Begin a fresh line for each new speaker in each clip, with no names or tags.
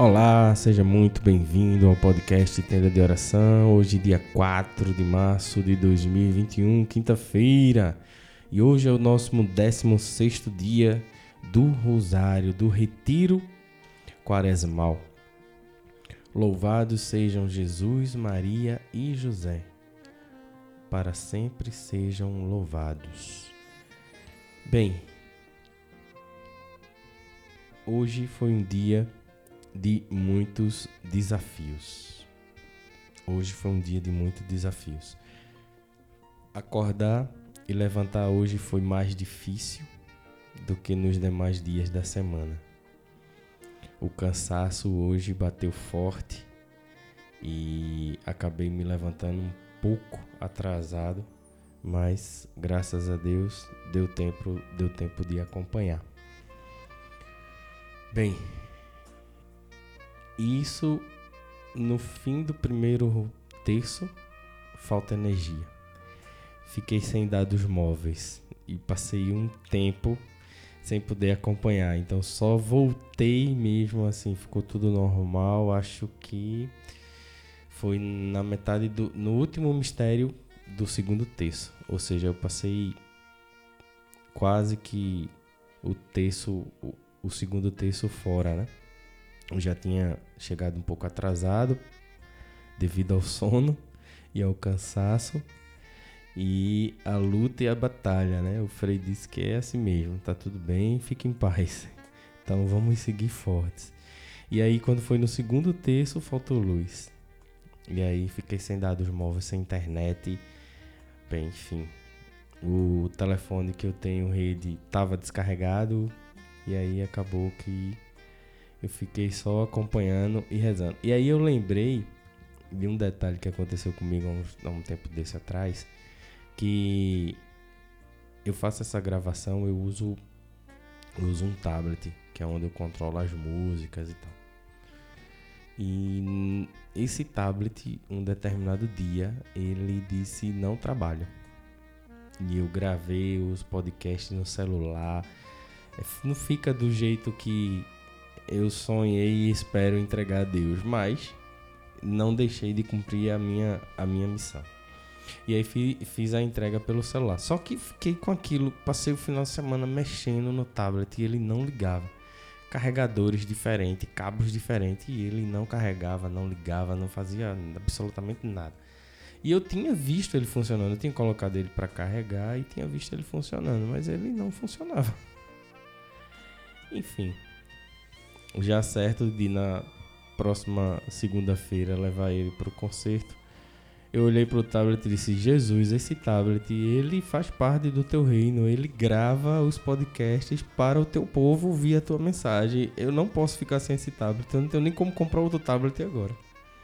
Olá, seja muito bem-vindo ao podcast Tenda de Oração. Hoje, dia 4 de março de 2021, quinta-feira. E hoje é o nosso 16º dia do Rosário, do Retiro Quaresmal. Louvados sejam Jesus, Maria e José. Para sempre sejam louvados. Bem, hoje foi um dia de muitos desafios. Acordar e levantar hoje foi mais difícil do que nos demais dias da semana. O cansaço hoje bateu forte e acabei me levantando um pouco atrasado, mas graças a Deus deu tempo de acompanhar. Bem, isso no fim do primeiro terço, falta energia. Fiquei sem dados móveis e passei um tempo sem poder acompanhar. Então só voltei mesmo assim, ficou tudo normal. Acho que foi no último mistério do segundo terço. Ou seja, eu passei quase que o segundo terço fora, né? Eu já tinha chegado um pouco atrasado devido ao sono e ao cansaço e a luta e a batalha, né? O Frei disse que é assim mesmo, tá tudo bem, fique em paz. Então vamos seguir fortes. E aí quando foi no segundo terço, faltou luz. E aí fiquei sem dados móveis, sem internet. Bem, enfim, o telefone que eu tenho rede estava descarregado e aí acabou que eu fiquei só acompanhando e rezando. E aí eu lembrei de um detalhe que aconteceu comigo há um tempo desse atrás, que eu faço essa gravação, eu uso um tablet, que é onde eu controlo as músicas e tal. E esse tablet, um determinado dia, ele disse não trabalha. E eu gravei os podcasts no celular. Não fica do jeito que eu sonhei e espero entregar a Deus, mas não deixei de cumprir a minha missão. E aí fiz a entrega pelo celular. Só que fiquei com aquilo, passei o final de semana mexendo no tablet e ele não ligava. Carregadores diferentes, cabos diferentes, e ele não carregava, não ligava, não fazia absolutamente nada. E eu tinha visto ele funcionando, eu tinha colocado ele para carregar e tinha visto ele funcionando, mas ele não funcionava. Enfim, já certo de na próxima segunda-feira levar ele para o concerto, eu olhei para o tablet e disse: Jesus, esse tablet, ele faz parte do teu reino, ele grava os podcasts para o teu povo ouvir a tua mensagem. Eu não posso ficar sem esse tablet, eu não tenho nem como comprar outro tablet agora.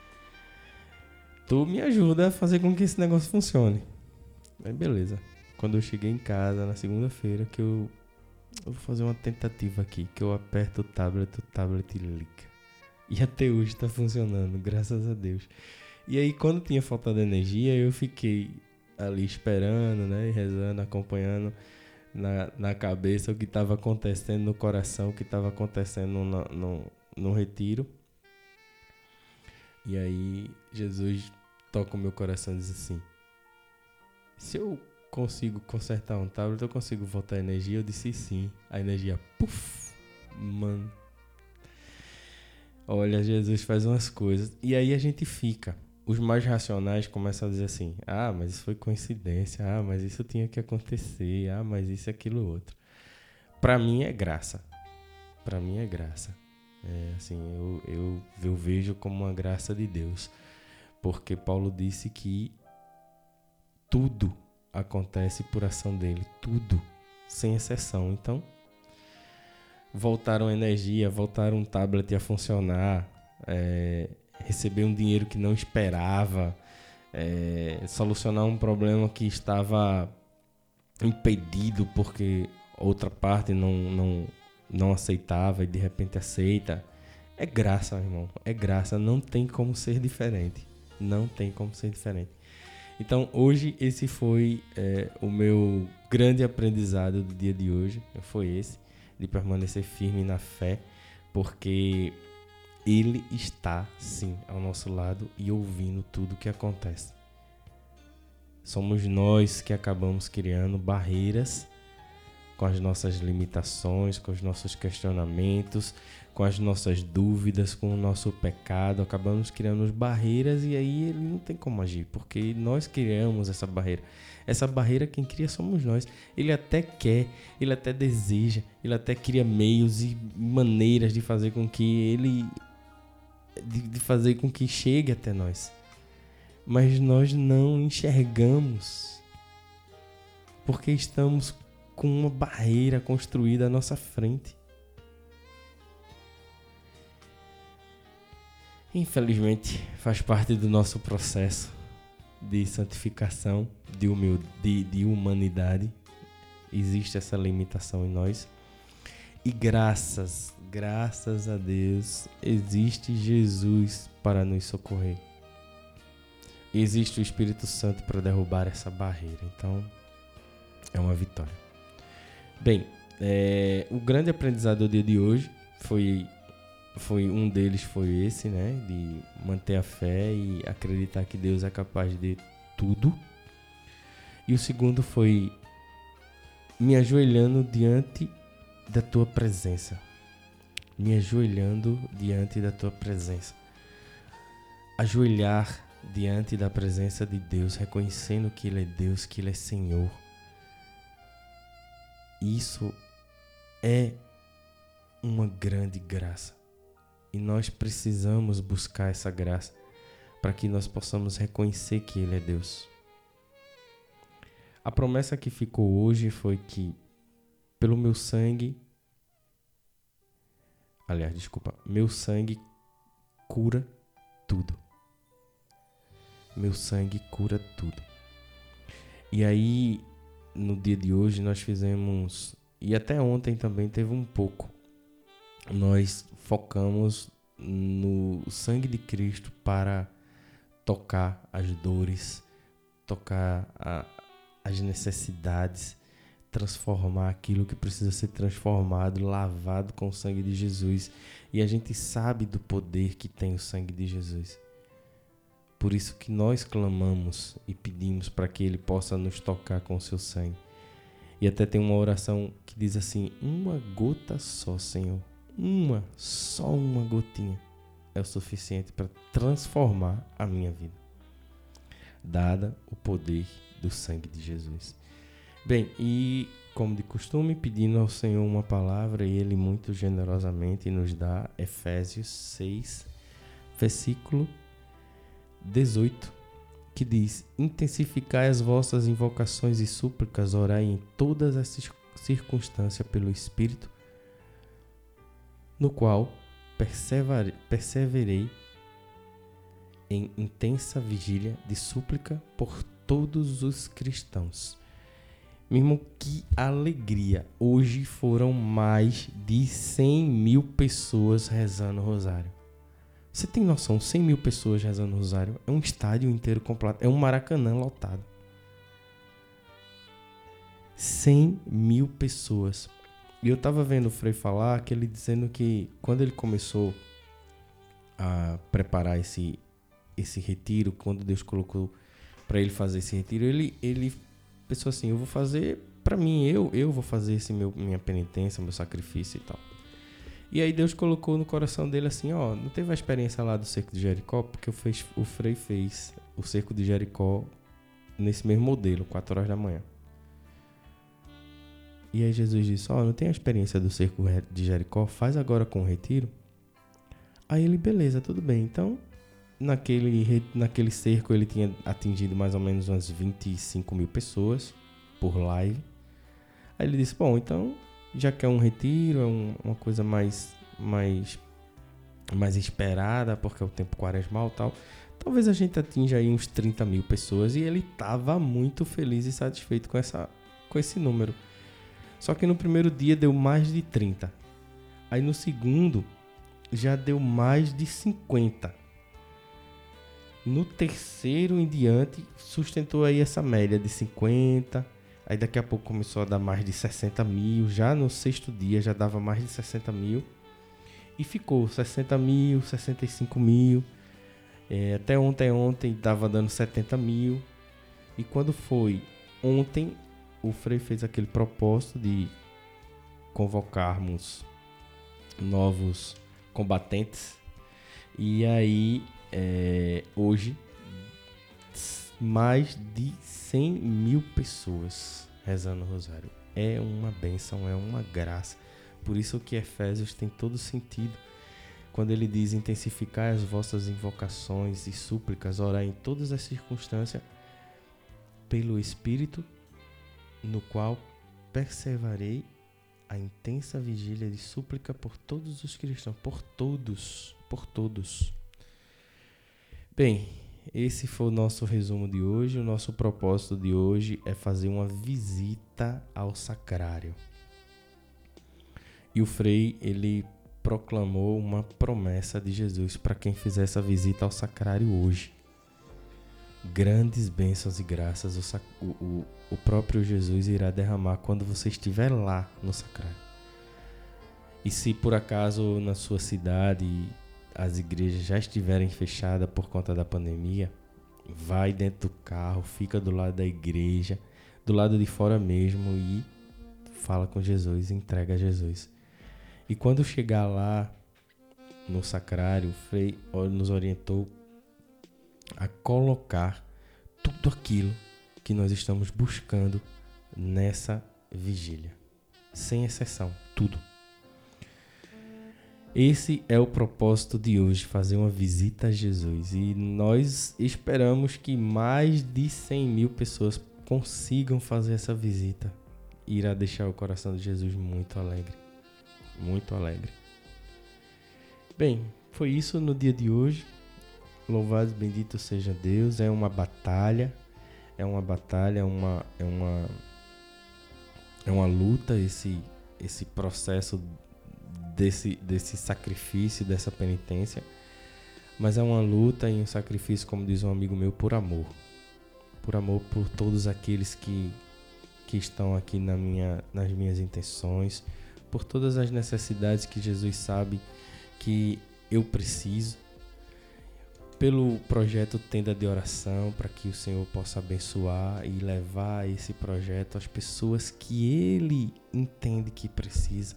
Tu me ajuda a fazer com que esse negócio funcione. Aí beleza, quando eu cheguei em casa na segunda-feira, que eu vou fazer uma tentativa aqui, que eu aperto o tablet liga. E até hoje tá funcionando, graças a Deus. E aí quando tinha faltado energia, eu fiquei ali esperando, né, rezando, acompanhando na cabeça o que estava acontecendo, no coração, o que estava acontecendo no retiro. E aí Jesus toca o meu coração e diz assim: se eu consigo consertar um tablet, eu consigo voltar a energia? Eu disse sim. A energia, puf, mano. Olha, Jesus faz umas coisas. E aí a gente fica. Os mais racionais começam a dizer assim: ah, mas isso foi coincidência. Ah, mas isso tinha que acontecer. Ah, mas isso, aquilo, outro. Pra mim é graça. É, assim, eu vejo como uma graça de Deus. Porque Paulo disse que tudo acontece por ação dele. Tudo. Sem exceção. Então, voltaram energia, voltaram um tablet a funcionar, receber um dinheiro que não esperava, solucionar um problema que estava impedido porque outra parte não aceitava e de repente aceita. É graça, meu irmão, é graça, não tem como ser diferente. Então hoje esse foi o meu grande aprendizado do dia de hoje, foi esse, de permanecer firme na fé, porque Ele está, sim, ao nosso lado e ouvindo tudo o que acontece. Somos nós que acabamos criando barreiras com as nossas limitações, com os nossos questionamentos, com as nossas dúvidas, com o nosso pecado. Acabamos criando barreiras e aí ele não tem como agir, porque nós criamos essa barreira. Essa barreira quem cria somos nós. Ele até quer, ele até deseja, ele até cria meios e maneiras de fazer com que de fazer com que chegue até nós. Mas nós não enxergamos, porque estamos com uma barreira construída à nossa frente. Infelizmente, faz parte do nosso processo de santificação, de humanidade. Existe essa limitação em nós. E graças a Deus, existe Jesus para nos socorrer. Existe o Espírito Santo para derrubar essa barreira. Então, é uma vitória. Bem, o grande aprendizado do dia de hoje foi um deles foi esse, né? De manter a fé e acreditar que Deus é capaz de tudo. E o segundo foi me ajoelhando diante da tua presença. Me ajoelhando diante da tua presença. Ajoelhar diante da presença de Deus, reconhecendo que Ele é Deus, que Ele é Senhor. Isso é uma grande graça. E nós precisamos buscar essa graça para que nós possamos reconhecer que Ele é Deus. A promessa que ficou hoje foi que pelo meu sangue, meu sangue cura tudo. Meu sangue cura tudo. E aí, no dia de hoje, nós fizemos, e até ontem também teve um pouco, nós focamos no sangue de Cristo para tocar as dores, tocar as necessidades, transformar aquilo que precisa ser transformado, lavado com o sangue de Jesus. E a gente sabe do poder que tem o sangue de Jesus. Por isso que nós clamamos e pedimos para que Ele possa nos tocar com o seu sangue. E até tem uma oração que diz assim: uma gota só, Senhor. Só uma gotinha é o suficiente para transformar a minha vida. Dada o poder do sangue de Jesus. Bem, e como de costume, pedindo ao Senhor uma palavra, e Ele muito generosamente nos dá Efésios 6, versículo 18, que diz: intensificai as vossas invocações e súplicas, orai em todas as circunstâncias pelo Espírito, no qual perseverei em intensa vigília de súplica por todos os cristãos. Mesmo que alegria! Hoje foram mais de 100 mil pessoas rezando o rosário. Você tem noção? 100 mil pessoas rezando o rosário. É um estádio inteiro completo. É um Maracanã lotado. 100 mil pessoas. E eu tava vendo o Frei falar, que ele dizendo que quando ele começou a preparar esse retiro, quando Deus colocou para ele fazer esse retiro, ele pensou assim: eu vou fazer para mim, eu vou fazer minha penitência, meu sacrifício e tal. E aí Deus colocou no coração dele assim: ó, não teve a experiência lá do Cerco de Jericó? Porque o Frei fez o Cerco de Jericó nesse mesmo modelo, 4 horas da manhã. E aí Jesus disse: ó, não tem a experiência do Cerco de Jericó? Faz agora com o retiro. Aí ele: beleza, tudo bem. Então, naquele cerco ele tinha atingido mais ou menos umas 25 mil pessoas por live. Aí ele disse: bom, então, já que é um retiro, é uma coisa mais esperada, porque é o tempo quaresmal e tal, talvez a gente atinja aí uns 30 mil pessoas. E ele estava muito feliz e satisfeito com esse número. Só que no primeiro dia deu mais de 30. Aí no segundo já deu mais de 50. No terceiro em diante sustentou aí essa média de 50. Aí daqui a pouco começou a dar mais de 60 mil. Já no sexto dia já dava mais de 60 mil. E ficou 60 mil, 65 mil. Até ontem estava dando 70 mil. E quando foi ontem, o Frei fez aquele propósito de convocarmos novos combatentes. E aí, hoje, mais de 100 mil pessoas rezando o rosário. É uma bênção, é uma graça. Por isso que Efésios tem todo sentido. Quando ele diz: intensificar as vossas invocações e súplicas, orar em todas as circunstâncias, pelo Espírito, no qual perseverarei a intensa vigília de súplica por todos os cristãos. Por todos. Bem, esse foi o nosso resumo de hoje. O nosso propósito de hoje é fazer uma visita ao sacrário. E o Frei, ele proclamou uma promessa de Jesus para quem fizer essa visita ao sacrário hoje. Grandes bênçãos e graças o próprio Jesus irá derramar quando você estiver lá no sacrário. E se por acaso na sua cidade as igrejas já estiverem fechadas por conta da pandemia, vai dentro do carro, fica do lado da igreja, do lado de fora mesmo, e fala com Jesus, entrega a Jesus. E quando chegar lá no sacrário, o Frei nos orientou a colocar tudo aquilo que nós estamos buscando nessa vigília. Sem exceção, tudo. Esse é o propósito de hoje, fazer uma visita a Jesus. E nós esperamos que mais de 100 mil pessoas consigam fazer essa visita. Irá deixar o coração de Jesus muito alegre. Muito alegre. Bem, foi isso no dia de hoje. Louvado e bendito seja Deus. É uma batalha. É uma luta esse processo desse sacrifício, dessa penitência. Mas é uma luta e um sacrifício, como diz um amigo meu, por amor. Por amor por todos aqueles que estão aqui nas minhas intenções, por todas as necessidades que Jesus sabe que eu preciso, pelo projeto Tenda de Oração, para que o Senhor possa abençoar e levar esse projeto às pessoas que Ele entende que precisa.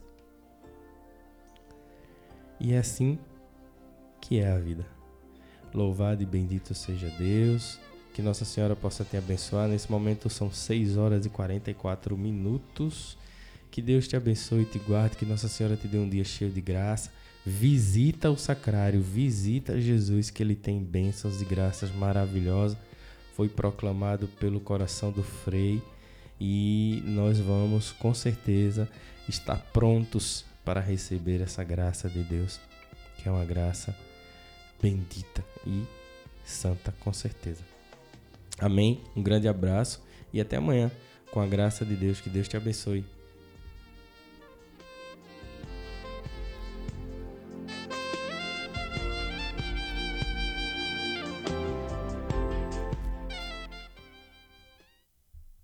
E é assim que é a vida. Louvado e bendito seja Deus. Que Nossa Senhora possa te abençoar. Nesse momento são 6 horas e 44 minutos. Que Deus te abençoe e te guarde. Que Nossa Senhora te dê um dia cheio de graça. Visita o sacrário. Visita Jesus, que Ele tem bênçãos e graças maravilhosas. Foi proclamado pelo coração do Frei. E nós vamos, com certeza, estar prontos para receber essa graça de Deus, que é uma graça bendita e santa, com certeza. Amém? Um grande abraço e até amanhã, com a graça de Deus. Que Deus te abençoe.